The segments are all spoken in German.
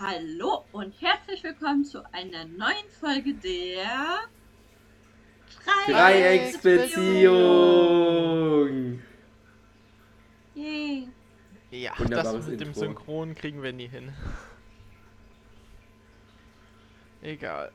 Hallo und herzlich willkommen zu einer neuen Folge der Dreiecksbeziehung. Dreiecksbeziehung! Yay. Ja, das Wunderbares mit dem Intro. Synchron kriegen wir nie hin. Egal.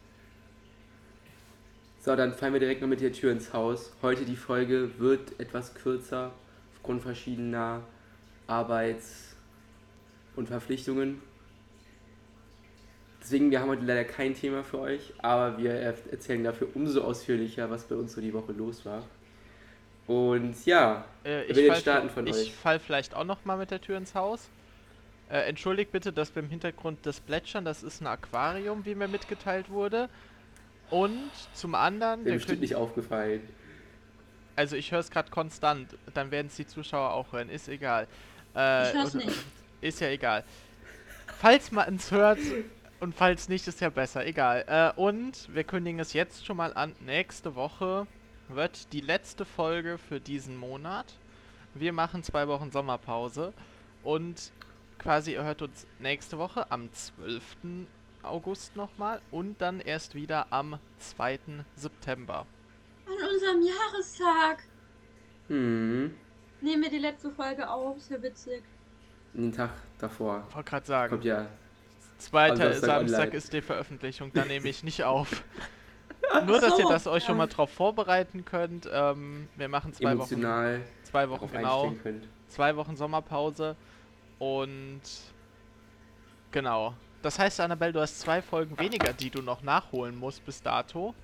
So, dann fallen wir direkt noch mit der Tür ins Haus. Heute die Folge wird etwas kürzer, aufgrund verschiedener Arbeits- und Verpflichtungen. Deswegen, wir haben heute leider kein Thema für euch, aber wir erzählen dafür umso ausführlicher, was bei uns so die Woche los war. Und ja, wer will jetzt starten von euch? Ich fall vielleicht auch noch mal mit der Tür ins Haus. Entschuldigt bitte, dass beim Hintergrund das Plätschern, das ist ein Aquarium, wie mir mitgeteilt wurde. Und zum anderen, Wäre bestimmt nicht aufgefallen. also ich höre es gerade konstant, dann werden es die Zuschauer auch hören, ist egal. Ich hör's Oder- nicht. Ist ja egal. Falls man es hört und falls nicht, ist ja besser, egal. Und wir kündigen es jetzt schon mal an, nächste Woche wird die letzte Folge für diesen Monat. Wir machen 2 Wochen Sommerpause und quasi ihr hört uns nächste Woche am 12. August nochmal und dann erst wieder am 2. September. An unserem Jahrestag Hm, nehmen wir die letzte Folge auf. Ist ja witzig. den Tag davor. Wollte gerade sagen, Kommt ja 2. am Samstag Samstag online. ist die Veröffentlichung, da nehme ich nicht auf. Nur, dass ihr das euch schon mal drauf vorbereiten könnt. Wir machen 2 Wochen, Emotional 2 Wochen darauf genau, einstellen könnt. 2 Wochen Sommerpause und genau. Das heißt, Annabelle, du hast 2 Folgen weniger, die du noch nachholen musst bis dato.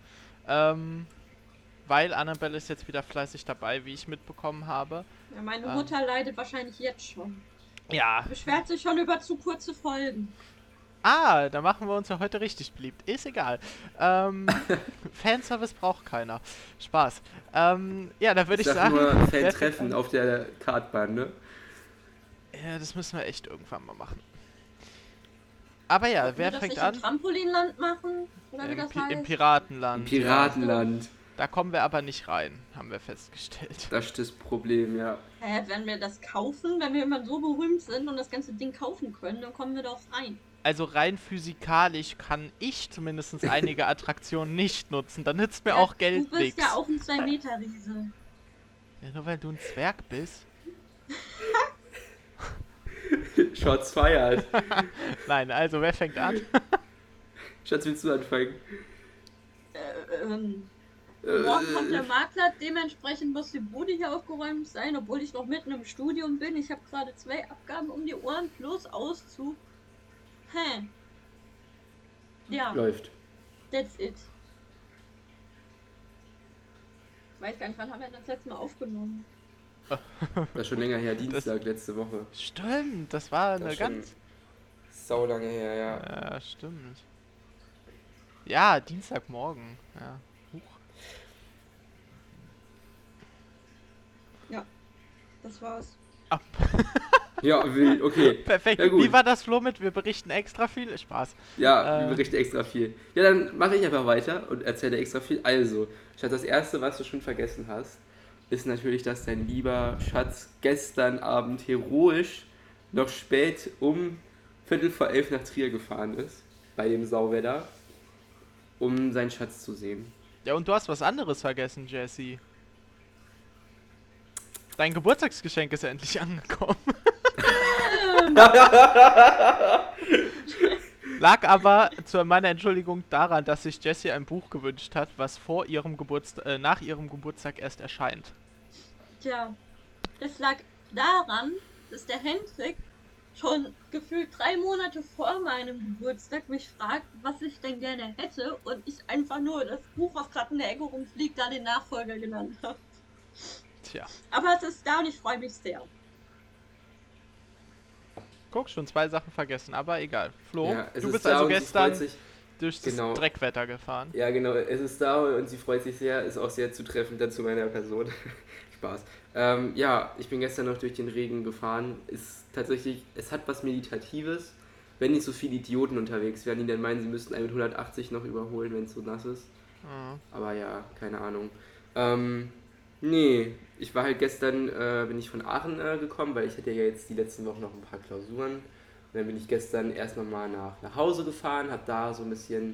Weil Annabelle ist jetzt wieder fleißig dabei, wie ich mitbekommen habe. Ja, meine Mutter leidet wahrscheinlich jetzt schon. Ja. Beschwert sich schon über zu kurze Folgen. Ah, da machen wir uns ja heute richtig beliebt. Ist egal. Fanservice braucht keiner. Spaß. Ja, da würde ich sag sagen. nur wer fängt Fan-Treffen an? auf der Kartbahn, ne? Ja, das müssen wir echt irgendwann mal machen. Aber ja, Wollten wir wer das fängt nicht an? im Trampolinland machen? Oder wie Im, das Pi heißt? Im Piratenland. Im Piratenland. Ja. Da kommen wir aber nicht rein, haben wir festgestellt. Das ist das Problem, ja. Wenn wir das kaufen, wenn wir immer so berühmt sind und das ganze Ding kaufen können, dann kommen wir doch rein. Also rein physikalisch kann ich zumindest einige Attraktionen nicht nutzen. Dann nützt mir Ja, auch Geld Du bist nichts. ja auch ein 2-Meter-Riese. Ja, nur weil du ein Zwerg bist. Shots feiert. Nein, also wer fängt an? Schatz, willst du anfangen? Morgen kommt der Makler, dementsprechend muss die Bude hier aufgeräumt sein, obwohl ich noch mitten im Studium bin. Ich habe gerade 2 Abgaben um die Ohren plus Auszug. Ja, Läuft. that's it. Ich weiß gar nicht, wann haben wir das letzte Mal aufgenommen? Das ist schon länger her, Dienstag, letzte Woche. Stimmt, das war Das eine ist schon ganz... sau lange her, ja. Ja, stimmt. Ja, Dienstagmorgen. Ja. Huch. Das war's. Ah, Ja, wild, okay. perfekt. Ja, gut. Wie war das, Flo, mit wir berichten extra viel? Spaß. Ja, wir berichten extra viel. Ja, dann mache ich einfach weiter und erzähle extra viel. Also, Schatz, das Erste, was du schon vergessen hast, ist natürlich, dass dein lieber Schatz gestern Abend heroisch noch spät um 11:15 nach Trier gefahren ist, bei dem Sauwetter, um seinen Schatz zu sehen. Ja, und du hast was anderes vergessen, Jesse. Dein Geburtstagsgeschenk ist endlich angekommen. Lag aber zu meiner Entschuldigung daran, dass sich Jessie ein Buch gewünscht hat, was nach ihrem Geburtstag erst erscheint. Tja, das lag daran, dass der Hendrik schon gefühlt 3 Monate vor meinem Geburtstag mich fragt, was ich denn gerne hätte und ich einfach nur das Buch, was gerade in der Ecke rumfliegt, da den Nachfolger genannt habe. Tja, Aber es ist da und ich freue mich sehr. guck, schon 2 Sachen vergessen, aber egal. Flo, Ja, es du ist bist da also und sie gestern freut sich. durch das Genau. Dreckwetter gefahren. Ja, genau, es ist da und sie freut sich sehr, ist auch sehr zutreffend dann zu meiner Person. Spaß. Ja, ich bin gestern noch durch den Regen gefahren. Ist tatsächlich, es hat was Meditatives, wenn nicht so viele Idioten unterwegs wären, die dann meinen, sie müssten einen mit 180 noch überholen, wenn es so nass ist. Mhm. Aber ja, keine Ahnung. Nee, bin ich von Aachen gekommen, weil ich hatte ja jetzt die letzten Wochen noch ein paar Klausuren dann bin ich gestern erst nochmal nach Hause gefahren, habe da so ein bisschen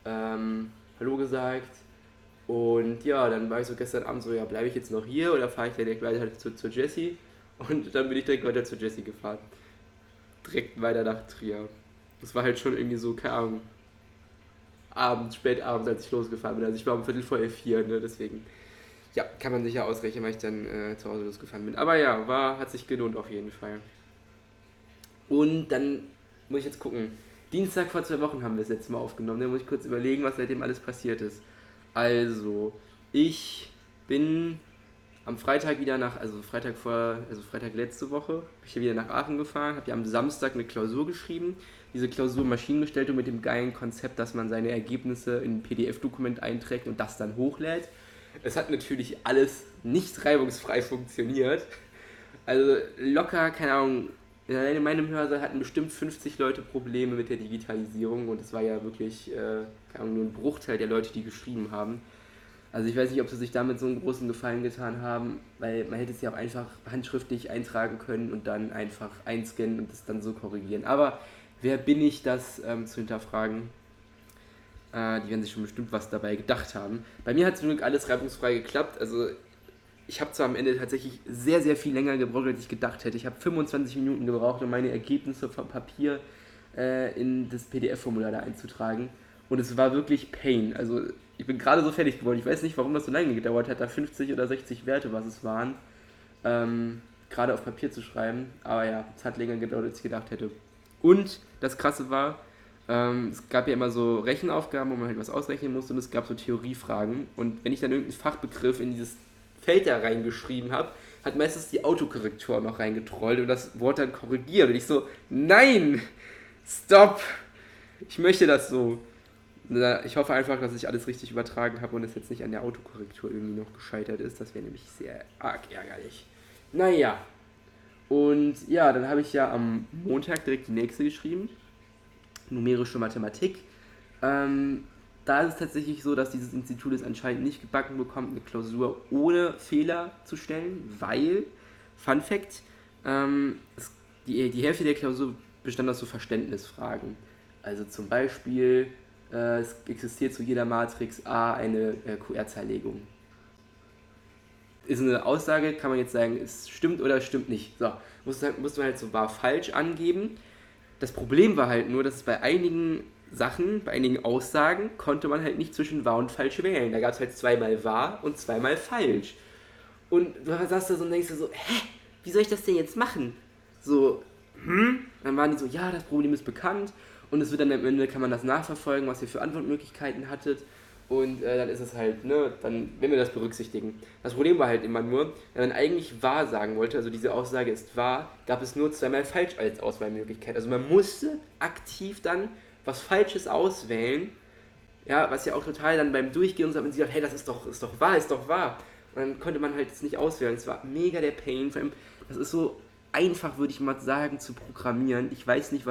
Hallo gesagt. Und ja, dann war ich so gestern Abend so, ja, bleibe ich jetzt noch hier oder fahre ich direkt weiter zu Jessie? Und dann bin ich direkt weiter zu Jessie gefahren. Direkt weiter nach Trier. Das war halt schon irgendwie so, keine Ahnung, spät abends, als ich losgefahren bin. Also ich war um 11:45 hier, ne, deswegen, ja, kann man sich ja ausrechnen, weil ich dann zu Hause losgefahren bin. Aber ja, hat sich gelohnt auf jeden Fall. Und dann muss ich jetzt gucken. Dienstag vor 2 Wochen haben wir das letzte Mal aufgenommen. Da muss ich kurz überlegen, was seitdem alles passiert ist. Also, ich bin am Freitag wieder Freitag letzte Woche, bin ich wieder nach Aachen gefahren, habe ja am Samstag eine Klausur geschrieben. Diese Klausur Maschinengestaltung mit dem geilen Konzept, dass man seine Ergebnisse in ein PDF-Dokument einträgt und das dann hochlädt. Es hat natürlich alles nicht reibungsfrei funktioniert. Also locker, keine Ahnung, in meinem Hörsaal hatten bestimmt 50 Leute Probleme mit der Digitalisierung und es war ja wirklich keine Ahnung, nur ein Bruchteil der Leute, die geschrieben haben. Also ich weiß nicht, ob sie sich damit so einen großen Gefallen getan haben, weil man hätte es ja auch einfach handschriftlich eintragen können und dann einfach einscannen und es dann so korrigieren. Aber wer bin ich, das zu hinterfragen? Die werden sich schon bestimmt was dabei gedacht haben. Bei mir hat zum Glück alles reibungsfrei geklappt. Also ich habe zwar am Ende tatsächlich sehr, sehr viel länger gebraucht, als ich gedacht hätte. Ich habe 25 Minuten gebraucht, um meine Ergebnisse vom Papier in das PDF-Formular da einzutragen. Und es war wirklich Pain. Also ich bin gerade so fertig geworden. Ich weiß nicht, warum das so lange gedauert hat, da 50 oder 60 Werte, was es waren, gerade auf Papier zu schreiben. Aber ja, es hat länger gedauert, als ich gedacht hätte. Und das Krasse war, es gab ja immer so Rechenaufgaben, wo man halt was ausrechnen musste und es gab so Theoriefragen. Und wenn ich dann irgendeinen Fachbegriff in dieses Feld da reingeschrieben habe, hat meistens die Autokorrektur noch reingetrollt und das Wort dann korrigiert. Und ich so, nein, stopp, ich möchte das so. Ich hoffe einfach, dass ich alles richtig übertragen habe und es jetzt nicht an der Autokorrektur irgendwie noch gescheitert ist. Das wäre nämlich sehr arg ärgerlich. Naja, und ja, dann habe ich ja am Montag direkt die nächste geschrieben. Numerische Mathematik. Da ist es tatsächlich so, dass dieses Institut es anscheinend nicht gebacken bekommt, eine Klausur ohne Fehler zu stellen, weil, Fun Fact, die Hälfte der Klausur bestand aus so Verständnisfragen. Also zum Beispiel, es existiert zu jeder Matrix A eine QR-Zerlegung. Ist eine Aussage, kann man jetzt sagen, es stimmt oder stimmt nicht. So, musste man halt so wahr falsch angeben. Das Problem war halt nur, dass es bei einigen Sachen, bei einigen Aussagen, konnte man halt nicht zwischen wahr und falsch wählen. Da gab es halt zweimal wahr und zweimal falsch. Und du saßt da so und denkst dir so, wie soll ich das denn jetzt machen? So, Dann waren die so, ja, das Problem ist bekannt und es wird dann am Ende, kann man das nachverfolgen, was ihr für Antwortmöglichkeiten hattet. Und dann ist es halt, dann, wenn wir das berücksichtigen. Das Problem war halt immer nur, wenn man eigentlich wahr sagen wollte, also diese Aussage ist wahr, gab es nur zweimal falsch als Auswahlmöglichkeit. Also man musste aktiv dann was Falsches auswählen, ja, was ja auch total dann beim Durchgehen und so, hat man sich gedacht, hey, das ist doch wahr. Und dann konnte man halt es nicht auswählen. Es war mega der Pain. Vor allem, das ist so einfach, würde ich mal sagen, zu programmieren. Ich weiß nicht,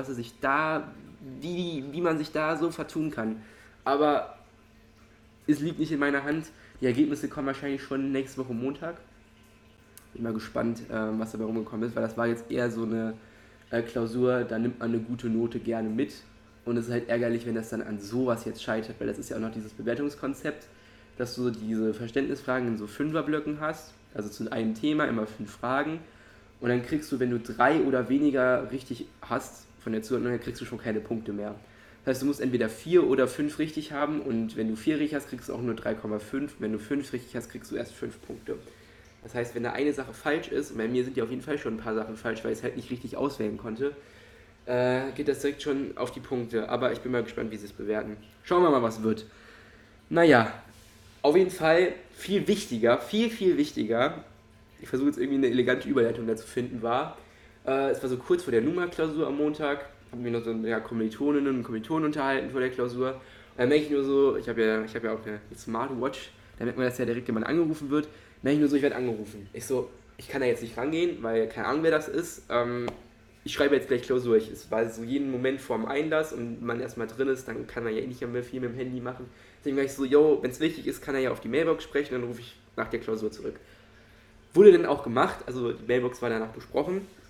wie man sich da so vertun kann. Aber es liegt nicht in meiner Hand. Die Ergebnisse kommen wahrscheinlich schon nächste Woche Montag. Bin mal gespannt, was dabei rumgekommen ist, weil das war jetzt eher so eine Klausur, da nimmt man eine gute Note gerne mit. Und es ist halt ärgerlich, wenn das dann an sowas jetzt scheitert, weil das ist ja auch noch dieses Bewertungskonzept, dass du diese Verständnisfragen in so 5er-Blöcken hast, also zu einem Thema immer 5 Fragen. Und dann kriegst du, wenn du 3 oder weniger richtig hast von der Zuordnung, dann kriegst du schon keine Punkte mehr. Das heißt, du musst entweder 4 oder 5 richtig haben und wenn du 4 richtig hast, kriegst du auch nur 3,5. Wenn du 5 richtig hast, kriegst du erst 5 Punkte. Das heißt, wenn da eine Sache falsch ist, und bei mir sind ja auf jeden Fall schon ein paar Sachen falsch, weil ich es halt nicht richtig auswählen konnte, geht das direkt schon auf die Punkte. Aber ich bin mal gespannt, wie sie es bewerten. Schauen wir mal, was wird. Naja, auf jeden Fall viel wichtiger, viel wichtiger, ich versuche jetzt irgendwie eine elegante Überleitung dazu finden, war, es war so kurz vor der Numa-Klausur am Montag, haben wir noch so Kommilitoninnen und Kommilitonen unterhalten vor der Klausur. Und dann merke ich nur so, ich hab ja auch eine Smartwatch, da merkt man das ja direkt, wenn man angerufen wird, merke ich nur so, ich werde angerufen. Ich so, ich kann da jetzt nicht rangehen, weil keine Ahnung, wer das ist. Ich schreibe jetzt gleich Klausur. Es war so jeden Moment vorm Einlass und wenn man erstmal drin ist, dann kann man ja nicht mehr viel mit dem Handy machen. Deswegen war ich so, wenn es wichtig ist, kann er ja auf die Mailbox sprechen, dann rufe ich nach der Klausur zurück. Wurde dann auch gemacht, also die Mailbox war danach besprochen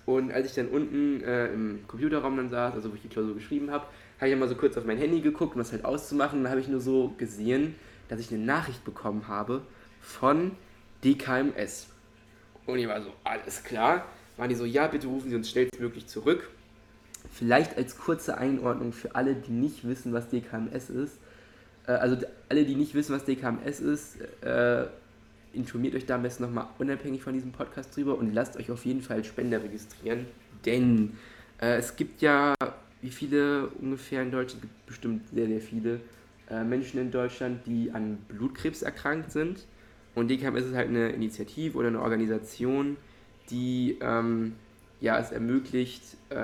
Und als ich dann unten im Computerraum dann saß, also wo ich die Klausur geschrieben habe ich mal so kurz auf mein Handy geguckt, um das halt auszumachen. Und dann habe ich nur so gesehen, dass ich eine Nachricht bekommen habe von DKMS. Und ich war so, alles klar. Waren die so, ja, bitte rufen Sie uns schnellstmöglich zurück. Vielleicht als kurze Einordnung für alle, die nicht wissen, was DKMS ist. Also alle, die nicht wissen, was DKMS ist, informiert euch da am besten nochmal unabhängig von diesem Podcast drüber und lasst euch auf jeden Fall als Spender registrieren. Denn es gibt ja, wie viele ungefähr in Deutschland, es gibt bestimmt sehr, sehr viele Menschen in Deutschland, die an Blutkrebs erkrankt sind. Und DKMS ist halt eine Initiative oder eine Organisation, die es ermöglicht,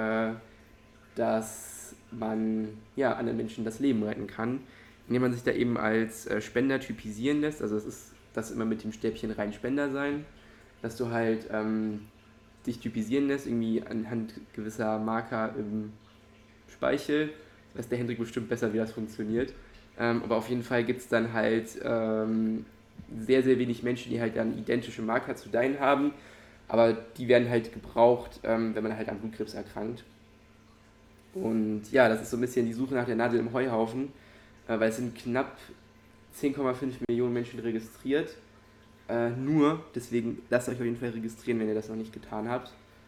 dass man anderen Menschen das Leben retten kann, indem man sich da eben als Spender typisieren lässt. Also es ist das immer mit dem Stäbchen rein Spender sein, dass du halt dich typisieren lässt, irgendwie anhand gewisser Marker im Speichel. Weiß der Hendrik bestimmt besser, wie das funktioniert. Aber auf jeden Fall gibt es dann halt sehr, sehr wenig Menschen, die halt dann identische Marker zu deinen haben. Aber die werden halt gebraucht, wenn man halt an Blutkrebs erkrankt. Und ja, das ist so ein bisschen die Suche nach der Nadel im Heuhaufen, weil es sind knapp 10,5 Millionen Menschen registriert. Deswegen lasst euch auf jeden Fall registrieren, wenn ihr das noch nicht getan habt.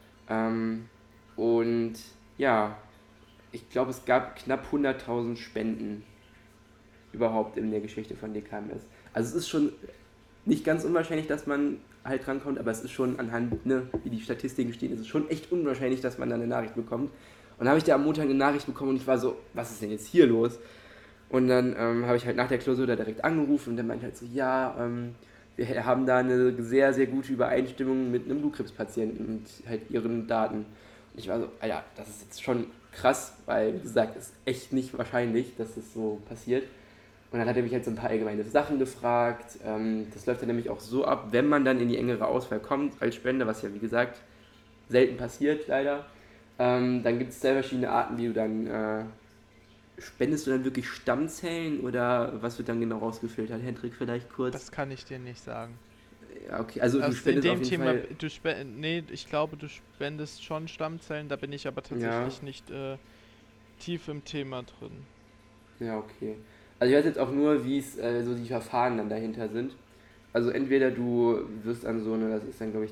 Und ja, ich glaube, es gab knapp 100.000 Spenden überhaupt in der Geschichte von DKMS. Also es ist schon nicht ganz unwahrscheinlich, dass man halt drankommt, aber es ist schon anhand, wie die Statistiken stehen, ist es schon echt unwahrscheinlich, dass man da eine Nachricht bekommt. Und dann habe ich da am Montag eine Nachricht bekommen und ich war so, was ist denn jetzt hier los? Und dann habe ich halt nach der Klausur da direkt angerufen und der meinte halt so, ja, wir haben da eine sehr, sehr gute Übereinstimmung mit einem Blutkrebspatienten und halt ihren Daten. Und ich war so, das ist jetzt schon krass, weil, wie gesagt, es ist echt nicht wahrscheinlich, dass das so passiert. Und dann hat er mich halt so ein paar allgemeine Sachen gefragt. Das läuft dann nämlich auch so ab, wenn man dann in die engere Auswahl kommt als Spender, was ja, wie gesagt, selten passiert, leider. Dann gibt es sehr verschiedene Arten, wie du dann spendest du dann wirklich Stammzellen oder was wird dann genau rausgefiltert? Hendrik, vielleicht kurz? Das kann ich dir nicht sagen. Ja, okay, also du in spendest dem auf jeden Thema, Fall... ich glaube, du spendest schon Stammzellen, da bin ich aber tatsächlich nicht tief im Thema drin. Ja, okay. Also ich weiß jetzt auch nur, wie es so die Verfahren dann dahinter sind. Also entweder du wirst an so eine, das ist dann glaube ich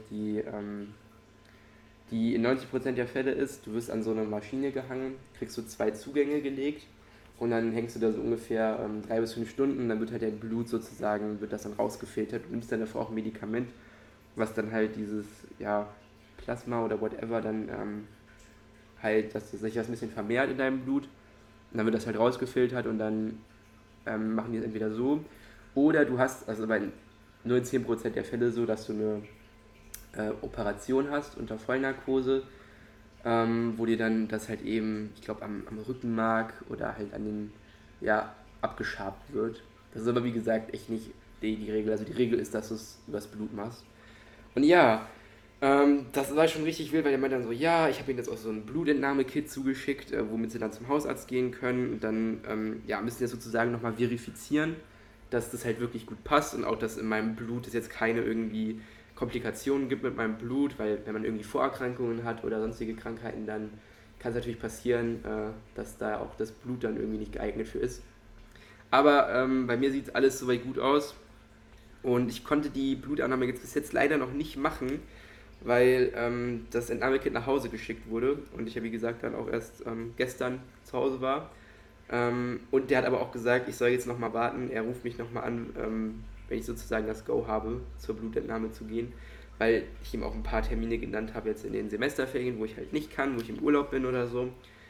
die in 90% der Fälle ist, du wirst an so eine Maschine gehangen, kriegst so 2 Zugänge gelegt und dann hängst du da so ungefähr 3 bis 5 Stunden, dann wird halt dein Blut sozusagen, wird das dann rausgefiltert. Du nimmst dann davor auch ein Medikament, was dann halt dieses, Plasma oder whatever dann halt, dass sich das ein bisschen vermehrt in deinem Blut und dann wird das halt rausgefiltert und dann machen die es entweder so oder du hast, also bei nur in 10% der Fälle so, dass du eine Operation hast unter Vollnarkose, wo dir dann das halt eben, ich glaube am Rückenmark oder halt an den, abgeschabt wird. Das ist aber wie gesagt echt nicht die Regel. Also die Regel ist, dass du es übers Blut machst. Und das war schon richtig wild, weil der meinte dann so, ich habe ihnen jetzt auch so ein Blutentnahme-Kit zugeschickt, womit sie dann zum Hausarzt gehen können und dann müssen sie das sozusagen nochmal verifizieren, dass das halt wirklich gut passt und auch, dass in meinem Blut es jetzt keine irgendwie Komplikationen gibt mit meinem Blut, weil wenn man irgendwie Vorerkrankungen hat oder sonstige Krankheiten, dann kann es natürlich passieren, dass da auch das Blut dann irgendwie nicht geeignet für ist. Aber bei mir sieht alles soweit gut aus und ich konnte die Blutannahme jetzt bis jetzt leider noch nicht machen, weil das Entnahmekit nach Hause geschickt wurde und ich ja wie gesagt dann auch erst gestern zu Hause war. Und der hat aber auch gesagt, ich soll jetzt nochmal warten, er ruft mich nochmal an, wenn ich sozusagen das Go habe, zur Blutentnahme zu gehen, weil ich ihm auch ein paar Termine genannt habe jetzt in den Semesterferien, wo ich halt nicht kann, wo ich im Urlaub bin oder so.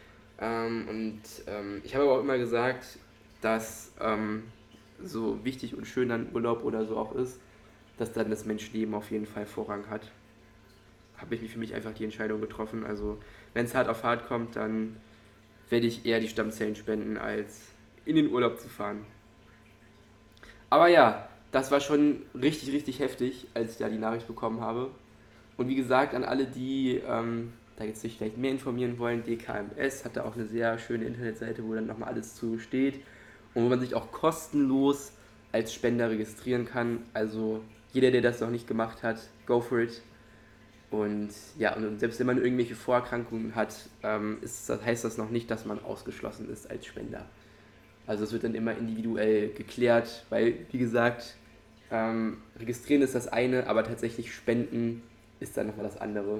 Ich habe aber auch immer gesagt, dass so wichtig und schön dann Urlaub oder so auch ist, dass dann das Menschenleben auf jeden Fall Vorrang hat. Habe ich für mich einfach die Entscheidung getroffen. Also wenn es hart auf hart kommt, dann werde ich eher die Stammzellen spenden, als in den Urlaub zu fahren. Aber das war schon richtig, richtig heftig, als ich da die Nachricht bekommen habe. Und wie gesagt, an alle, die da jetzt sich vielleicht mehr informieren wollen, DKMS hat da auch eine sehr schöne Internetseite, wo dann nochmal alles zu steht und wo man sich auch kostenlos als Spender registrieren kann. Also jeder, der das noch nicht gemacht hat, go for it. Und ja, und selbst wenn man irgendwelche Vorerkrankungen hat, heißt das noch nicht, dass man ausgeschlossen ist als Spender. Also es wird dann immer individuell geklärt, weil, wie gesagt, registrieren ist das eine, aber tatsächlich spenden ist dann nochmal das andere.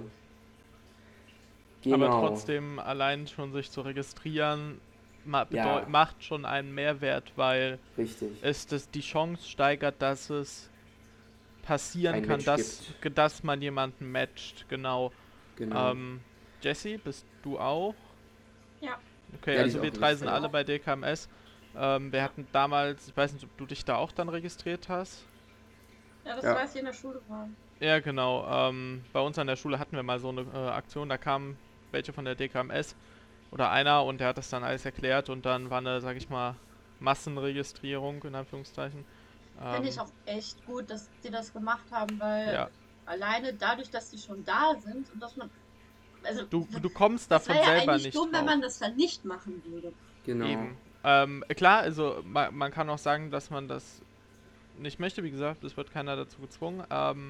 Aber trotzdem, allein schon sich zu registrieren, macht schon einen Mehrwert, weil Richtig. es die Chance steigert, dass es passieren Ein kann, Match dass man jemanden matcht. Genau. Genau. Jessie, bist du auch? Ja. Okay, Ja, die also ist wir auch drei sind registriert. alle bei DKMS. Wir hatten damals, ich weiß nicht, ob du dich da auch dann registriert hast. Ja, das Ja. war, als ich in der Schule war. Ja, genau. Bei uns an der Schule hatten wir mal so eine Aktion, da kamen welche von der DKMS oder einer und der hat das dann alles erklärt und dann war eine, sag ich mal, Massenregistrierung in Anführungszeichen. Finde ich auch echt gut, dass die das gemacht haben, weil Ja, alleine dadurch, dass die schon da sind und dass man. Also, du kommst das davon wäre ja selber eigentlich nicht dumm, wenn drauf. man das dann nicht machen würde. Genau. Eben. Klar, also man kann auch sagen, dass man das nicht möchte. Wie gesagt, es wird keiner dazu gezwungen.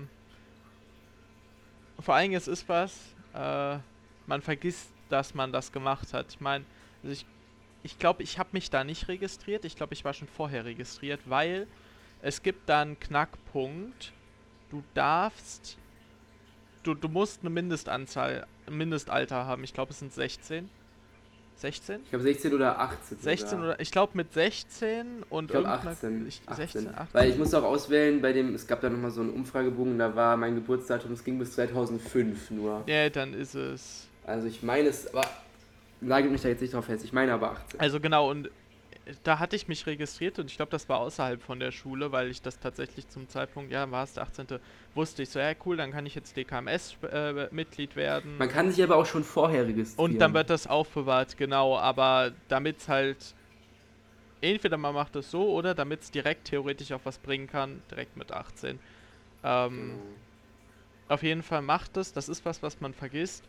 Vor allem, es ist was, man vergisst, dass man das gemacht hat. Ich meine, also ich glaube, ich habe mich da nicht registriert. Ich glaube, ich war schon vorher registriert, weil es gibt da einen Knackpunkt. Du musst eine ein Mindestalter haben. Ich glaube, es sind 16. 16? Ich glaube 16 oder 18 sogar. 16 oder, ich glaube mit 16 und Ich glaube irgendeiner- 18. 16, 18. Weil ich musste auch auswählen, es gab da nochmal so einen Umfragebogen, da war mein Geburtsdatum, es ging bis 2005 nur. Ja, dann ist es. Also ich meine es, aber nagelt mich da jetzt nicht drauf fest, ich meine aber 18. Also genau, und da hatte ich mich registriert und ich glaube, das war außerhalb von der Schule, weil ich das tatsächlich zum Zeitpunkt, ja, war es der 18. wusste ich so, ja cool, dann kann ich jetzt DKMS-Mitglied werden. Man kann sich aber auch schon vorher registrieren. Und dann wird das aufbewahrt, genau, aber damit es halt, entweder man macht es so oder damit es direkt theoretisch auch was bringen kann, direkt mit 18. Genau. Auf jeden Fall macht es, das ist was man vergisst.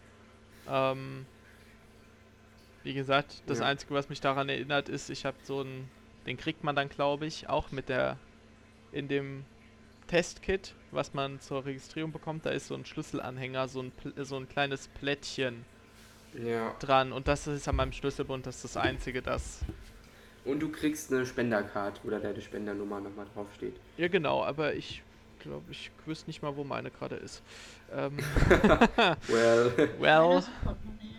Wie gesagt, das Ja. Einzige, was mich daran erinnert, ist, ich habe den kriegt man dann, glaube ich, auch in dem Testkit, was man zur Registrierung bekommt, da ist so ein Schlüsselanhänger, so ein kleines Plättchen Ja. dran und das ist an meinem Schlüsselbund, das ist das Einzige, Und du kriegst eine Spendercard, wo da deine Spendernummer nochmal draufsteht. ja genau, aber ich glaube, ich wüsste nicht mal, wo meine gerade ist. Well. Well, Das Portemonnaie.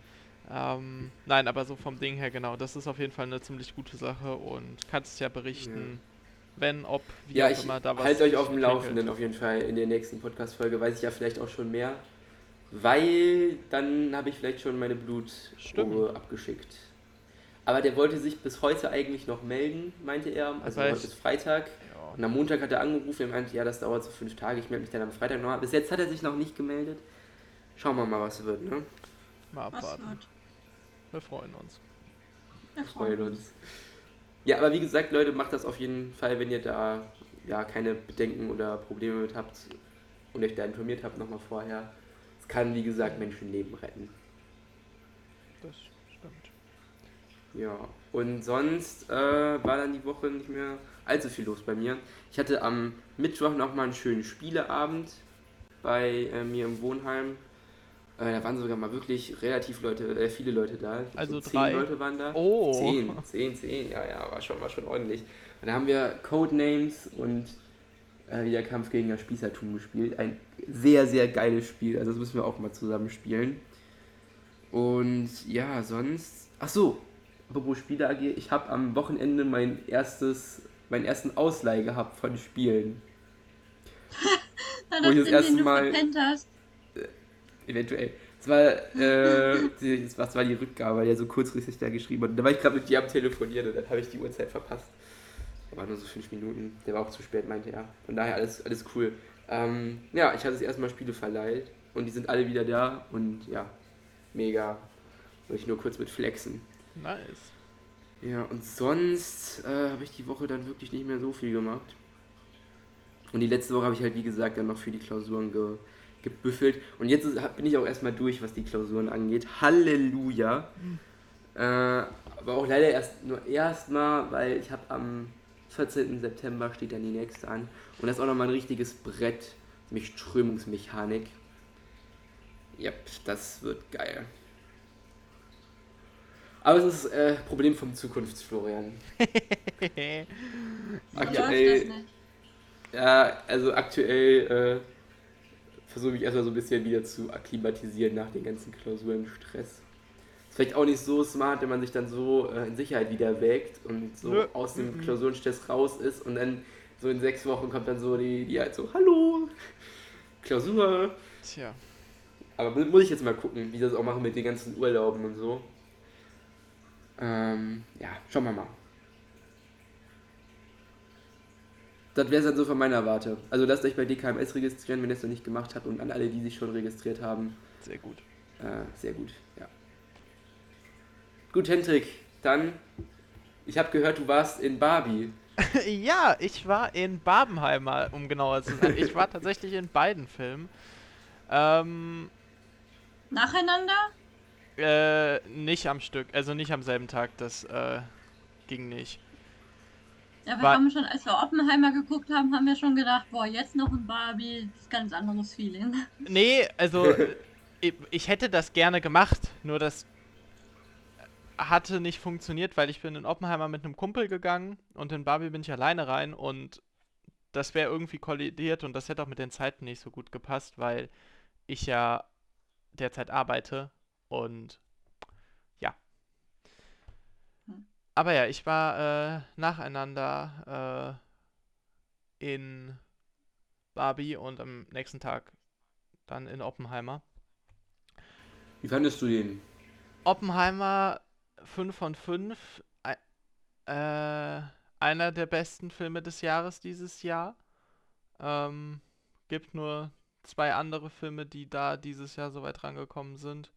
nein, aber so vom Ding her, genau, das ist auf jeden Fall eine ziemlich gute Sache und kannst ja berichten, wenn, ob, wie Ja, auch ich immer da was halte euch auf sich dem entwickelt. Laufenden auf jeden Fall in der nächsten Podcast-Folge, weiß ich ja vielleicht auch schon mehr, weil dann habe ich vielleicht schon meine Blutprobe Stimmt. abgeschickt. Aber der wollte sich bis heute eigentlich noch melden, meinte er, also heißt- heute ist Freitag. Ja. Und am Montag hat er angerufen, er meinte, ja, das dauert so 5 Tage, ich melde mich dann am Freitag nochmal. Bis jetzt hat er sich noch nicht gemeldet. Schauen wir mal, was wird, ne? Mal Was abwarten. wird? Wir freuen uns. Wir Freuen uns. Ja, aber wie gesagt, Leute, macht das auf jeden Fall, wenn ihr da ja keine Bedenken oder Probleme mit habt und euch da informiert habt nochmal vorher. Es kann, wie gesagt, Menschenleben retten. Das stimmt. Ja, und sonst war dann die Woche nicht mehr allzu viel los bei mir. Ich hatte am Mittwoch nochmal einen schönen Spieleabend bei mir im Wohnheim. Da waren sogar mal wirklich relativ viele Leute da. Also so 3. 10 Leute waren da. Oh. 10, ja, war schon ordentlich. Und da haben wir Codenames und wieder Kampf gegen das Spießertum gespielt. Ein sehr, sehr geiles Spiel, also das müssen wir auch mal zusammen spielen. Und ja, sonst... Ach so, apropos Spiele AG, ich habe am Wochenende meinen ersten Ausleih gehabt von Spielen. Dann Wo ich das in erste denen du Mal- verpennt hast. Eventuell. Es war die Rückgabe, weil der so kurzfristig da geschrieben hat. Und da war ich gerade mit dir am Telefonieren und dann habe ich die Uhrzeit verpasst. Da waren nur so 5 Minuten. Der war auch zu spät, meinte er. Von daher alles cool. Ja, ich hatte das erste Mal Spiele verleiht und die sind alle wieder da und ja, mega. Wollte ich nur kurz mit flexen. Nice. Ja, und sonst habe ich die Woche dann wirklich nicht mehr so viel gemacht. Und die letzte Woche habe ich halt, wie gesagt, dann noch für die Klausuren gebüffelt. Und jetzt bin ich auch erstmal durch, was die Klausuren angeht. Halleluja! Aber auch leider erstmal, weil ich habe am 14. September steht dann die nächste an. Und das ist auch nochmal ein richtiges Brett, nämlich Strömungsmechanik. Yep, das wird geil. Aber es ist Problem vom Zukunftsflorian. Wie läuft das Aktuell, nicht? ja, also aktuell versuche ich erstmal so ein bisschen wieder zu akklimatisieren nach den ganzen Klausurenstress. Ist vielleicht auch nicht so smart, wenn man sich dann so in Sicherheit wieder wägt und so Nö. aus dem Klausurenstress raus ist und dann so in 6 Wochen kommt dann so die halt so, hallo, Klausur. Tja. Aber muss ich jetzt mal gucken, wie die das auch machen mit den ganzen Urlauben und so. Ja, schauen wir mal. Das wäre es dann so von meiner Warte. Also lasst euch bei DKMS registrieren, wenn ihr es noch nicht gemacht habt und an alle, die sich schon registriert haben. Sehr gut. Sehr gut, ja. Gut, Hendrik, dann, ich habe gehört, du warst in Barbie. Ja, ich war in Barbenheimer, um genauer zu sein. Ich war tatsächlich in beiden Filmen. Nacheinander? Nicht am Stück, also nicht am selben Tag, das ging nicht. Ja, wir War- haben schon, als wir Oppenheimer geguckt haben, haben wir schon gedacht, boah, jetzt noch ein Barbie, das ist ein ganz anderes Feeling. Nee, also ich hätte das gerne gemacht, nur das hatte nicht funktioniert, weil ich bin in Oppenheimer mit einem Kumpel gegangen und in Barbie bin ich alleine rein und das wäre irgendwie kollidiert und das hätte auch mit den Zeiten nicht so gut gepasst, weil ich ja derzeit arbeite und ja. Hm. Aber ja, ich war nacheinander in Barbie und am nächsten Tag dann in Oppenheimer. Wie fandest du den? Oppenheimer 5 von 5. Äh, einer der besten Filme des Jahres dieses Jahr. Ähm, gibt nur 2 andere Filme, die da dieses Jahr so weit rangekommen sind.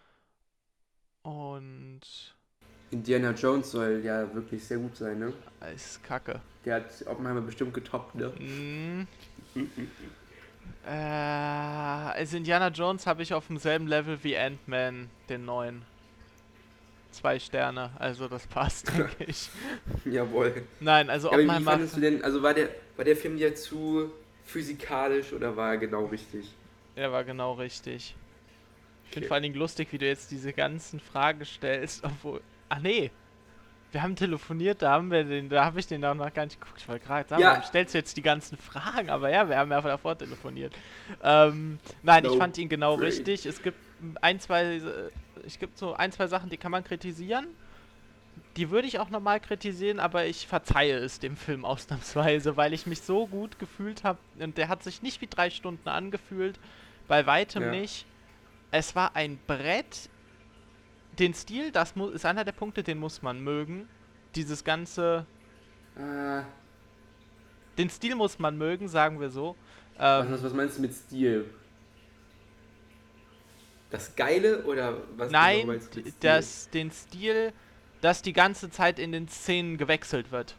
Und Indiana Jones soll ja wirklich sehr gut sein, ne? ist kacke. Der hat Oppenheimer bestimmt getoppt, ne? Also Indiana Jones habe ich auf demselben Level wie Ant-Man, den neuen. 2 Sterne, also das passt, denke ich. Jawohl. Nein, also Ja, aber wie Oppenheimer. fandest du denn, also war der Film dir zu physikalisch oder war er genau richtig? Er war genau richtig. Ich finde Okay. vor allen Dingen lustig, wie du jetzt diese ganzen Fragen stellst, obwohl. Ach nee, wir haben telefoniert, da habe ich den da noch gar nicht geguckt. Ich wollte gerade sagen, Ja. warum stellst du jetzt die ganzen Fragen? Aber ja, wir haben ja davor telefoniert. Nein, ich No fand ihn genau brain. richtig. Es gibt so ein, zwei Sachen, die kann man kritisieren. Die würde ich auch normal kritisieren, aber ich verzeihe es dem Film ausnahmsweise, weil ich mich so gut gefühlt habe. Und der hat sich nicht wie 3 Stunden angefühlt, bei weitem Ja. nicht. Es war ein Brett. Den Stil, ist einer der Punkte, den muss man mögen. Dieses ganze. Ah, Den Stil muss man mögen, sagen wir so. was meinst du mit Stil? Das Geile oder was genau Nein, meinst du mit Stil? den Stil, dass die ganze Zeit in den Szenen gewechselt wird.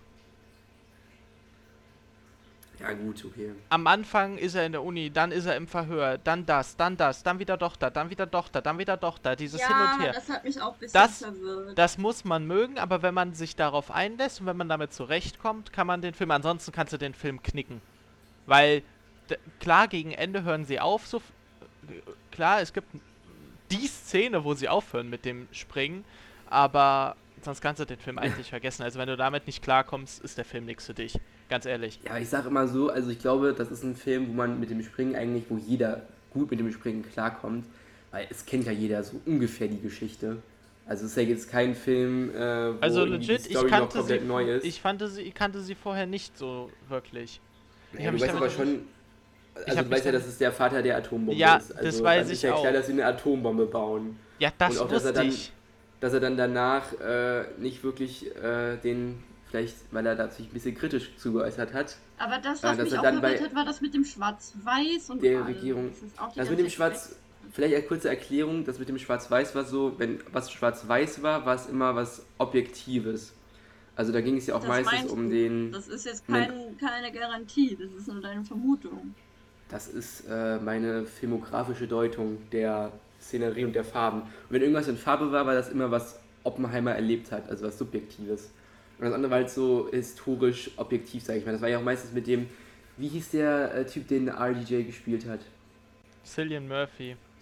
Ja gut, okay. Am Anfang ist er in der Uni, dann ist er im Verhör, dann das, dann wieder doch da, dann wieder doch da, dann wieder doch da, dieses Hin und her. Das hat mich auch ein bisschen Das- verwirrt. Das muss man mögen, aber wenn man sich darauf einlässt und wenn man damit zurechtkommt, kann man den Film, ansonsten kannst du den Film knicken. Weil, klar, gegen Ende hören sie auf, klar, es gibt die Szene, wo sie aufhören mit dem Springen, aber sonst kannst du den Film eigentlich vergessen. Also wenn du damit nicht klarkommst, ist der Film nichts für dich. Ganz ehrlich. Ja, ich sag immer so, also ich glaube, das ist ein Film, wo man mit dem Springen eigentlich, wo jeder gut mit dem Springen klarkommt, weil es kennt ja jeder so ungefähr die Geschichte. Also es ist ja jetzt kein Film, wo Also irgendwie legit, die Story noch komplett neu ist. ich kannte sie vorher nicht so wirklich. Naja, hab du mich weißt damit aber schon, also hab du mich weißt ja, damit- dass es der Vater der Atombombe Ja, ist. Also das weiß dann ich ist ja auch. klar, dass sie eine Atombombe bauen. Ja, das Und auch, dass er wusste dann- ich. Dass er dann danach nicht wirklich den, vielleicht weil er da sich ein bisschen kritisch zugeäußert hat, Aber das, dass was mich er auch dann bei verwirrt hat, war das mit dem Schwarz-Weiß und der allem. Regierung. Das ist auch die Das mit ganze dem Schwarz, vielleicht eine kurze Erklärung, das mit dem Schwarz-Weiß war so, wenn was Schwarz-Weiß war es immer was Objektives. Also da ging es ja auch Das meistens meinst um du. den. Das ist jetzt um keine Garantie, das ist nur deine Vermutung. Das ist meine filmografische Deutung der Szenerie und der Farben. Und wenn irgendwas in Farbe war, war das immer was Oppenheimer erlebt hat, also was Subjektives. Und das andere war halt so historisch objektiv, sag ich mal. Das war ja auch meistens mit dem, wie hieß der Typ, den RDJ gespielt hat? Cillian Murphy.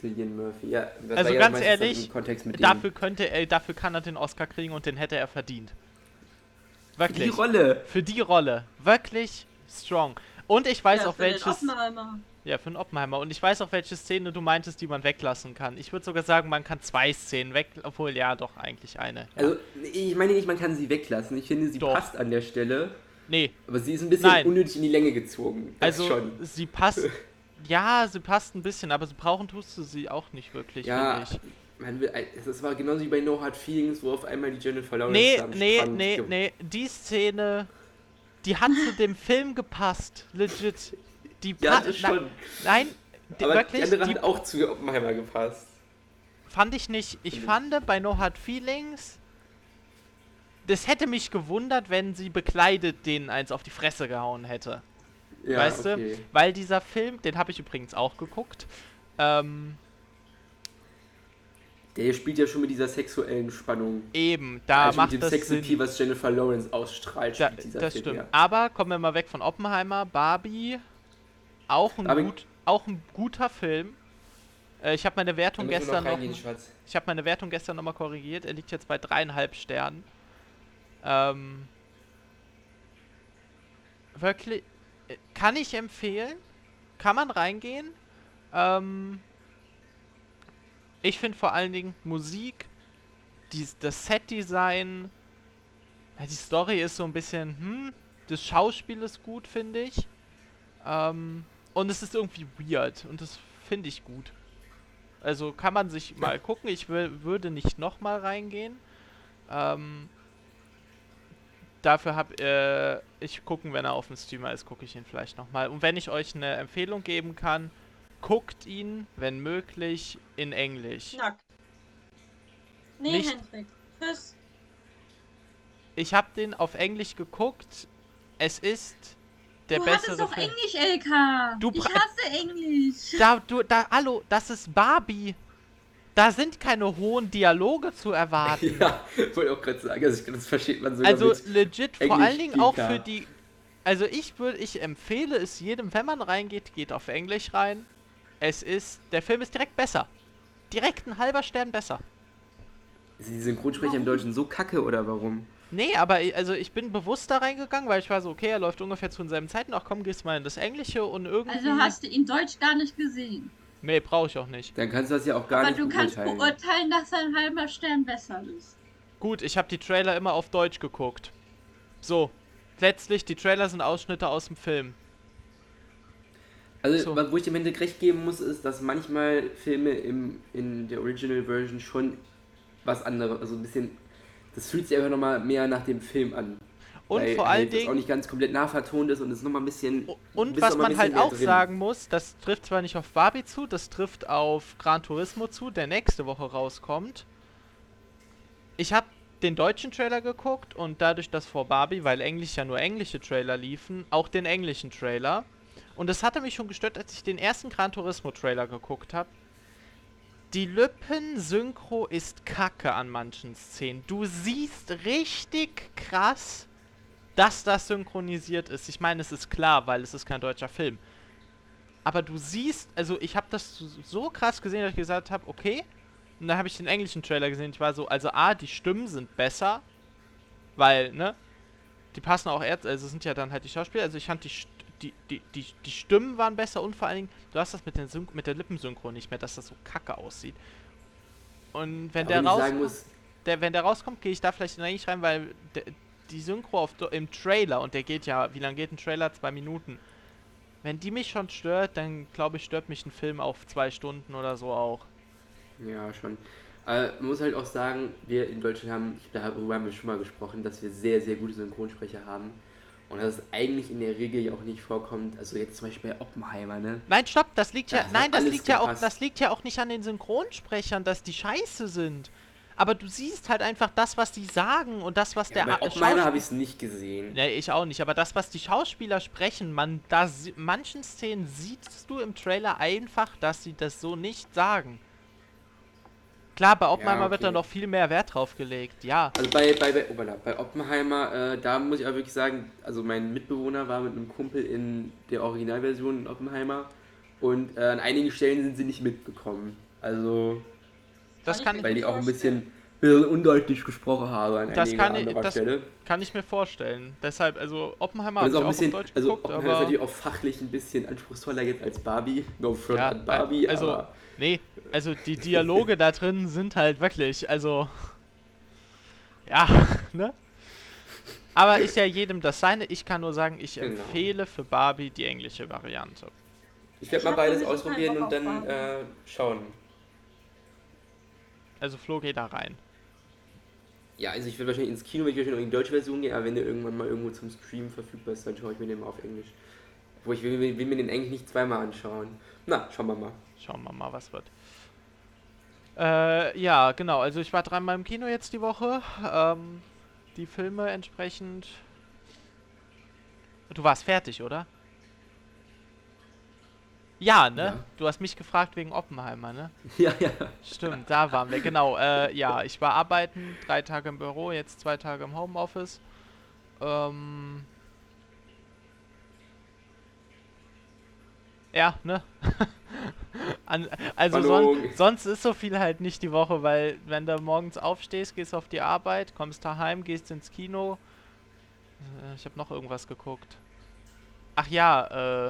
Cillian Murphy. Ja, das Also war ja ganz meistens dann ehrlich, im Kontext mit dafür kann er den Oscar kriegen und den hätte er verdient. Wirklich. die Rolle. Für die Rolle. Wirklich strong. Und ich weiß Ja, auch für den welches... Oppenheimer. Ja, für den Oppenheimer. Und ich weiß auch, welche Szene du meintest, die man weglassen kann. Ich würde sogar sagen, man kann 2 Szenen weg... Obwohl, ja, doch, eigentlich eine. Ja. Also, ich meine nicht, man kann sie weglassen. Ich finde, sie Doch. passt an der Stelle. Nee, Aber sie ist ein bisschen Nein. unnötig in die Länge gezogen. Das also schon. sie passt... Ja, sie passt ein bisschen, aber so brauchen tust du sie auch nicht wirklich, Ja, finde das war genauso wie bei No Hard Feelings, wo auf einmal die Jennifer Lawrence ich. am Strand Nee. Die Szene, die hat zu dem Film gepasst. Legit. Die Ja, das schon. Nein, Aber wirklich, die andere die hat auch zu Oppenheimer gepasst. fand ich nicht. Ich fand bei No Hard Feelings, das hätte mich gewundert, wenn sie bekleidet denen eins auf die Fresse gehauen hätte. Ja, Weißt du? okay. Weil dieser Film, den habe ich übrigens auch geguckt. Der spielt ja schon mit dieser sexuellen Spannung. Eben, da Also macht mit dem das Sexappeal, Sinn. was Jennifer Lawrence ausstrahlt, Da, spielt dieser das Film, stimmt. ja. Aber kommen wir mal weg von Oppenheimer. Barbie, auch Barbie- auch ein guter Film. Ich habe meine Da Wertung müssen wir gestern noch reingehen, Schatz. Ich habe meine Wertung gestern nochmal korrigiert. Er liegt jetzt bei 3,5 Sternen. Wirklich, kann ich empfehlen. Kann man reingehen. Ich finde vor allen Dingen Musik, das Setdesign, ja, die Story ist so ein bisschen, das Schauspiel ist gut, finde ich. Und es ist irgendwie weird und das finde ich gut. Also kann man sich mal gucken. Ich würde nicht nochmal reingehen. Dafür habe ich gucken, wenn er auf dem Streamer ist, gucke ich ihn vielleicht nochmal. Und wenn ich euch eine Empfehlung geben kann, guckt ihn, wenn möglich, in Englisch. Nackt. Nee, Nicht- Hendrik. Tschüss. Ich habe den auf Englisch geguckt. Es ist der Du bessere hattest doch Film. Englisch, LK. Du Ich bra- hasse Englisch. Hallo, das ist Barbie. Da sind keine hohen Dialoge zu erwarten. Ja, wollte auch gerade sagen, also das versteht man sogar Also mit legit, vor Englisch allen Dingen auch GK. für die. Also ich empfehle es jedem, wenn man reingeht, geht auf Englisch rein. Der Film ist direkt besser. Direkt ein halber Stern besser. Ist die Synchronsprecher im Deutschen so kacke oder warum? Nee, aber also ich bin bewusst da reingegangen, weil ich war so, okay, er läuft ungefähr zu denselben Zeiten. Ach komm, gehst mal in das Englische und irgendwie... Also hast du ihn Deutsch gar nicht gesehen. Nee, brauche ich auch nicht. Dann kannst du das ja auch gar Aber nicht du kannst beurteilen. beurteilen, dass ein halber Stern besser ist. Gut, ich habe die Trailer immer auf Deutsch geguckt. So, letztlich, die Trailer sind Ausschnitte aus dem Film. Also, So. wo ich dem Ende recht geben muss, ist, dass manchmal Filme in der Original Version schon was anderes, also ein bisschen, das fühlt sich einfach nochmal mehr nach dem Film an. Und weil vor allen halt das auch Dingen... nicht ganz komplett nachvertont ist und es nochmal ein bisschen... Und bist was noch mal ein man halt bisschen mehr auch drin. sagen muss, das trifft zwar nicht auf Barbie zu, das trifft auf Gran Turismo zu, der nächste Woche rauskommt. Ich habe den deutschen Trailer geguckt und dadurch, dass vor Barbie, weil Englisch ja nur englische Trailer liefen, auch den englischen Trailer. Und das hatte mich schon gestört, als ich den ersten Gran Turismo Trailer geguckt habe. Die Lippensynchro ist kacke an manchen Szenen. Du siehst richtig krass, dass das synchronisiert ist. Ich meine, es ist klar, weil es ist kein deutscher Film. Aber du siehst, also ich habe das so krass gesehen, dass ich gesagt habe, okay. Und dann habe ich den englischen Trailer gesehen. Ich war so, also die Stimmen sind besser, weil, ne, die passen auch also sind ja dann halt die Schauspieler. Also ich fand die Stimmen waren besser und vor allen Dingen, du hast das mit der Lippensynchro nicht mehr, dass das so kacke aussieht. Und wenn Aber der wenn ich sagen rauskommt, muss, wenn der rauskommt, gehe ich da vielleicht eigentlich rein, weil die Synchro im Trailer, und der geht ja, wie lange geht ein Trailer? 2 Minuten. Wenn die mich schon stört, dann glaube ich, stört mich ein Film auf 2 Stunden oder so auch. ja, schon. Man muss halt auch sagen, wir in Deutschland haben, darüber haben wir schon mal gesprochen, dass wir sehr, sehr gute Synchronsprecher haben. Und dass es eigentlich in der Regel ja auch nicht vorkommt, also jetzt zum Beispiel bei Oppenheimer, ne? Nein, stopp, das liegt ja, Das hat nein, das alles liegt ja auch, gepasst. das liegt ja auch nicht an den Synchronsprechern, dass die scheiße sind. Aber du siehst halt einfach das, was die sagen und das, was Ja, der bei Oppenheimer habe ich es nicht gesehen. Nee, ich auch nicht, aber das, was die Schauspieler sprechen, manchen Szenen siehst du im Trailer einfach, dass sie das so nicht sagen. Klar, bei Oppenheimer Ja, wird da okay. noch viel mehr Wert drauf gelegt, ja. Also bei Oppenheimer, da muss ich auch wirklich sagen, also mein Mitbewohner war mit einem Kumpel in der Originalversion in Oppenheimer und an einigen Stellen sind sie nicht mitgekommen. Also, Das kann weil ich, die auch ein bisschen undeutlich gesprochen habe an das einiger kann ich, anderer das Stelle. kann ich mir vorstellen. Deshalb, also Oppenheimer Und habe ist ich auch auch ein auf bisschen, Deutsch also geguckt, Oppenheimer ist aber natürlich auch fachlich ein bisschen anspruchsvoller jetzt als Barbie. No front ja, an Barbie, also, aber nee, also die Dialoge da drin sind halt wirklich, also, ja, ne? Aber ist ja jedem das seine. Ich kann nur sagen, ich genau. empfehle für Barbie die englische Variante. Ich werde mal hab beides sowieso keinen ausprobieren Bock und auf dann Barbie. schauen. Also Flo, geh da rein. Ja, also ich will wahrscheinlich ins Kino, wenn ich wahrscheinlich in die deutsche Version gehe, aber wenn der irgendwann mal irgendwo zum Stream verfügbar ist, dann schaue ich mir den mal auf Englisch. Wo ich will mir den eigentlich nicht zweimal anschauen. Na, schauen wir mal. Schauen wir mal, was wird. Ja, genau. Also ich war 3-mal im Kino jetzt die Woche. Die Filme entsprechend. Du warst fertig, oder? Ja, ne? Ja. Du hast mich gefragt wegen Oppenheimer, ne? Ja, ja. Stimmt, da waren wir. Genau. Ja, ich war arbeiten, 3 Tage im Büro, jetzt 2 Tage im Homeoffice. Ähm. Ja, ne? Also Spannung. sonst ist so viel halt nicht die Woche, weil wenn du morgens aufstehst, gehst auf die Arbeit, kommst daheim, gehst ins Kino. Ich habe noch irgendwas geguckt. Ach ja,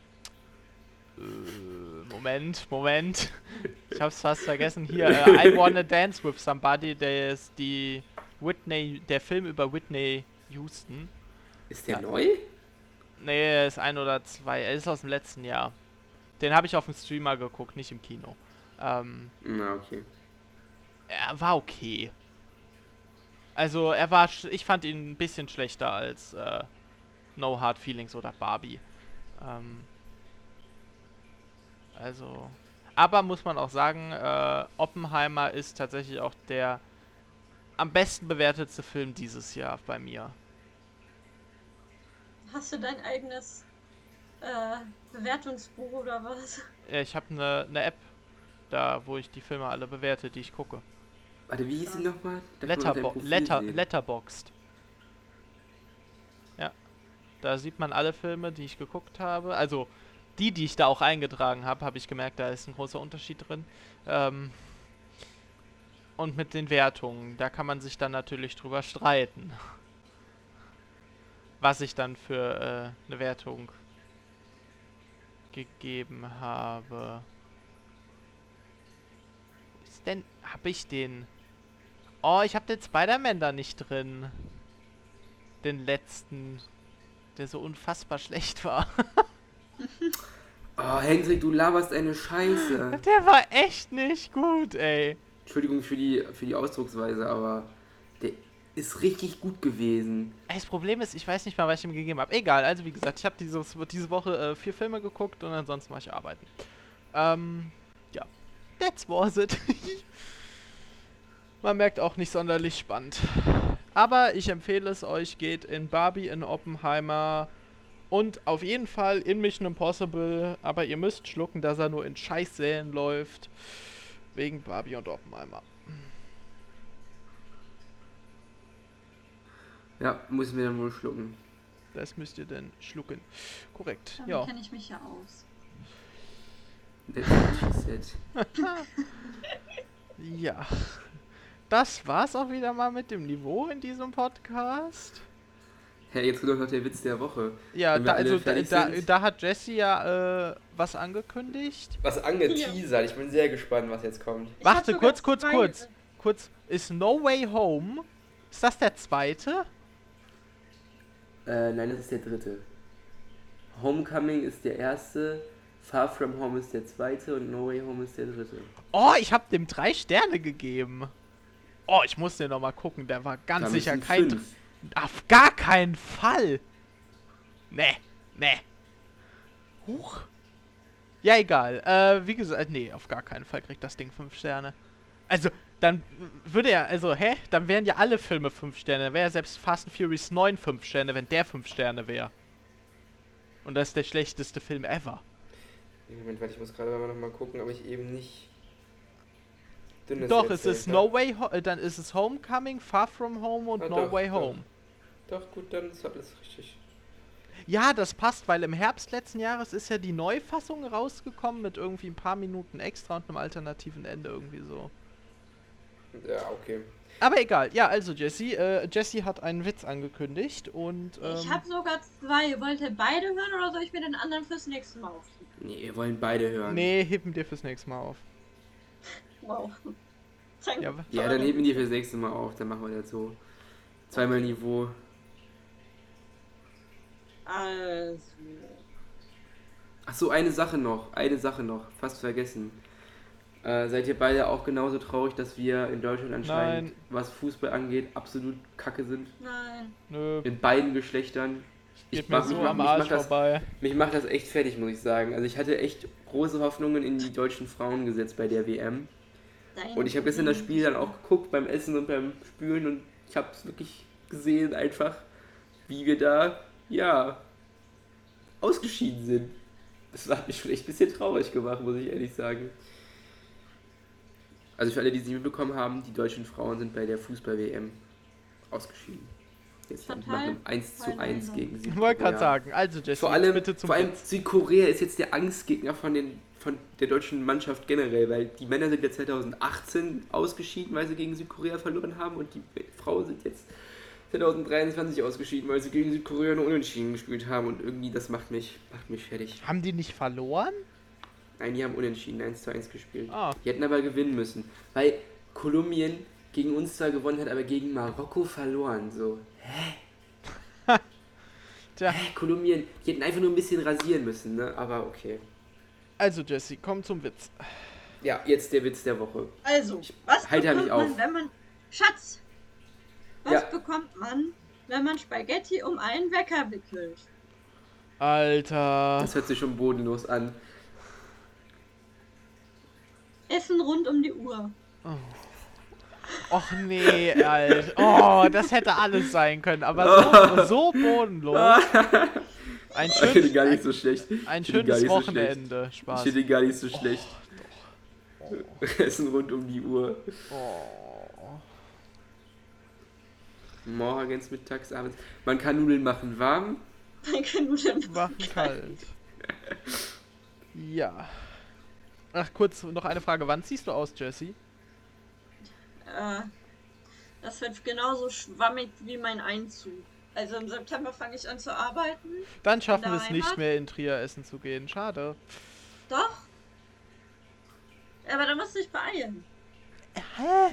Moment. Ich hab's fast vergessen. Hier, I Wanna Dance with Somebody, der Film über Whitney Houston. Ist der Ja. neu? Nee, er ist 1 oder 2, er ist aus dem letzten Jahr. Den habe ich auf dem Streamer geguckt, nicht im Kino. Na, okay. Er war okay. Also, ich fand ihn ein bisschen schlechter als No Hard Feelings oder Barbie. Also, aber muss man auch sagen, Oppenheimer ist tatsächlich auch der am besten bewertetste Film dieses Jahr bei mir. Hast du dein eigenes Bewertungsbuch oder was? Ich habe eine App, da wo ich die Filme alle bewerte, die ich gucke. Warte, wie hieß die nochmal? Da kann man dein Profil sehen. Letterboxd. Ja, da sieht man alle Filme, die ich geguckt habe. Also die ich da auch eingetragen habe, habe ich gemerkt, da ist ein großer Unterschied drin. Und mit den Wertungen, da kann man sich dann natürlich drüber streiten. Was ich dann für eine Wertung gegeben habe. Ist denn, habe ich den... Oh, ich habe den Spider-Man da nicht drin. Den letzten, der so unfassbar schlecht war. Oh, Hendrik, du laberst eine Scheiße. Der war echt nicht gut, ey. Entschuldigung für die Ausdrucksweise, aber der ist richtig gut gewesen. Das Problem ist, ich weiß nicht mal, was ich ihm gegeben habe. Egal, also wie gesagt, ich habe diese Woche 4 Filme geguckt und ansonsten war ich arbeiten. Ja. That's was it. Man merkt auch nicht sonderlich spannend. Aber ich empfehle es euch, geht in Barbie, in Oppenheimer und auf jeden Fall in Mission Impossible. Aber ihr müsst schlucken, dass er nur in Scheißsälen läuft. Wegen Barbie und Oppenheimer. Ja, muss ich mir dann wohl schlucken. Das müsst ihr dann schlucken. Korrekt, Damit ja. kenne ich mich ja aus. That's what she said. Ja. Das war's auch wieder mal mit dem Niveau in diesem Podcast. Ja, jetzt kommt doch noch der Witz der Woche. Ja, Wenn wir alle fertig sind. da hat Jessie ja was angekündigt. Was angeteasert. Ich bin sehr gespannt, was jetzt kommt. Ich hab Warte, sogar kurz. Ist No Way Home? Ist das der zweite? Nein, das ist der dritte. Homecoming ist der erste, Far From Home ist der zweite und No Way Home ist der dritte. Oh, ich habe dem 3 Sterne gegeben. Oh, ich muss den nochmal gucken. Der war ganz Da sicher müssen kein... 5. Auf gar keinen Fall. Nee. Huch. Ja, egal. Wie gesagt, nee, auf gar keinen Fall kriegt das Ding 5 Sterne. Also, dann würde ja, also, dann wären ja alle Filme 5 Sterne. Dann wäre ja selbst Fast and Furious 9 5 Sterne, wenn der 5 Sterne wäre. Und das ist der schlechteste Film ever. Moment, warte, ich muss gerade noch mal gucken, ob ich eben nicht... Dünnes Doch, es erzählt ist hab. No Way Home, dann ist es Homecoming, Far From Home und Ah, No doch, Way doch. Home. Doch, gut, dann ist alles richtig. Ja, das passt, weil im Herbst letzten Jahres ist ja die Neufassung rausgekommen mit irgendwie ein paar Minuten extra und einem alternativen Ende irgendwie so. Ja, okay. Aber egal, ja, also Jessie hat einen Witz angekündigt und Ich habe sogar 2. Wollt ihr beide hören oder soll ich mir den anderen fürs nächste Mal aufheben? Nee, wir wollen beide hören. nee, heben dir fürs nächste Mal auf. Wow. Ja, Ja, dann heben wir die fürs nächste Mal auf. Dann machen wir das so. Zweimal Niveau. Also. Ach so, eine Sache noch. Fast vergessen. Seid ihr beide auch genauso traurig, dass wir in Deutschland anscheinend, was Fußball angeht, absolut kacke sind? Nein. Nö, In beiden Geschlechtern. geht mir so am Arsch vorbei. Mich macht das echt fertig, muss ich sagen. Also ich hatte echt große Hoffnungen in die deutschen Frauen gesetzt bei der WM. Und ich habe gestern das Spiel dann auch geguckt beim Essen und beim Spülen und ich habe es wirklich gesehen einfach, wie wir da, ja, ausgeschieden sind. Das hat mich schon echt ein bisschen traurig gemacht, muss ich ehrlich sagen. Also für alle, die es nicht mitbekommen haben, die deutschen Frauen sind bei der Fußball-WM ausgeschieden. Jetzt nach einem 1:1 gegen Ich Südkorea. wollte gerade sagen, also Jessie, Vor allem Witz. Südkorea ist jetzt der Angstgegner von der deutschen Mannschaft generell, weil die Männer sind ja 2018 ausgeschieden, weil sie gegen Südkorea verloren haben und die Frauen sind jetzt 2023 ausgeschieden, weil sie gegen Südkorea nur unentschieden gespielt haben und irgendwie das macht mich fertig. Haben die nicht verloren? Nein, die haben unentschieden 1:1 gespielt. Ah. Die hätten aber gewinnen müssen, weil Kolumbien gegen uns zwar gewonnen hat, aber gegen Marokko verloren. So, Tja, Kolumbien, die hätten einfach nur ein bisschen rasieren müssen, ne? Aber okay. also Jessie, komm zum Witz. Ja, jetzt der Witz der Woche. Also, was Halt ja bekommt nicht auf. man, wenn man... Schatz! Was Ja. bekommt man, wenn man Spaghetti um einen Wecker wickelt? Alter. Das hört sich schon bodenlos an. Essen rund um die Uhr. Och nee, Alter. Oh, das hätte alles sein können, aber so bodenlos. Ein Ich finde schönes, gar nicht so schlecht. ein Ich finde schönes gar nicht so Wochenende. Ich Spaß. finde gar nicht so schlecht. Essen rund um die Uhr. Oh. Morgens, mittags, abends. Man kann Nudeln machen warm. Man kann Nudeln Machen kalt. Ja. Ach, kurz noch eine Frage. Wann ziehst du aus, Jessie? Das wird genauso schwammig wie mein Einzug. Also im September fange ich an zu arbeiten. Dann schaffen In wir der es nicht Heimat? mehr, in Trier essen zu gehen. Schade. Doch. Aber da musst du dich beeilen. Hä?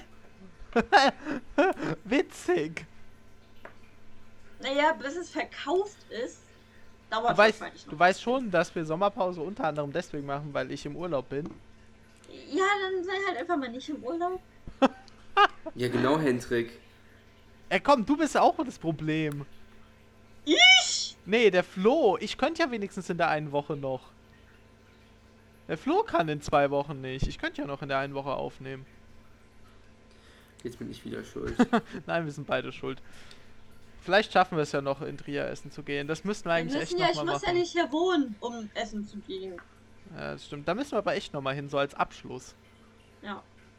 Witzig. Naja, bis es verkauft ist, dauert Du weißt, wahrscheinlich noch. du weißt schon, dass wir Sommerpause unter anderem deswegen machen, weil ich im Urlaub bin. Ja, dann sei halt einfach mal nicht im Urlaub. Ja, genau, Hendrik. Komm, du bist ja auch das Problem. Ich? Nee, der Flo. Ich könnte ja wenigstens in der einen Woche noch. Der Flo kann in 2 Wochen nicht. Ich könnte ja noch in der einen Woche aufnehmen. Jetzt bin ich wieder schuld. Nein, wir sind beide schuld. Vielleicht schaffen wir es ja noch, in Trier essen zu gehen. Das müssten wir Wir eigentlich echt müssen ja, nochmal ich muss machen. ja nicht hier wohnen, um essen zu gehen. Ja, das stimmt. Da müssen wir aber echt nochmal hin, so als Abschluss. Ja.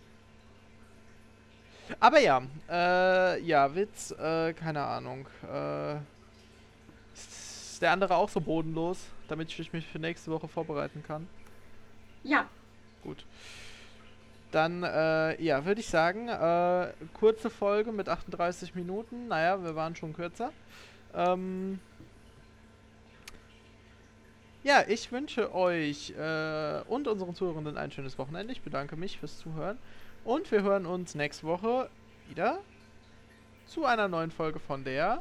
Aber ja, ja, Witz, keine Ahnung. Ist der andere auch so bodenlos, damit ich mich für nächste Woche vorbereiten kann? Ja. Gut. Dann, ja, würde ich sagen, kurze Folge mit 38 Minuten. Naja, wir waren schon kürzer. Ja, ich wünsche euch und unseren Zuhörenden ein schönes Wochenende. Ich bedanke mich fürs Zuhören. Und wir hören uns nächste Woche wieder zu einer neuen Folge von der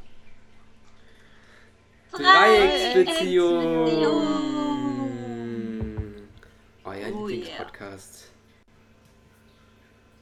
Dreiecksbeziehung. Dreiecksbeziehung. Euer Oh yeah. Lieblingspodcast.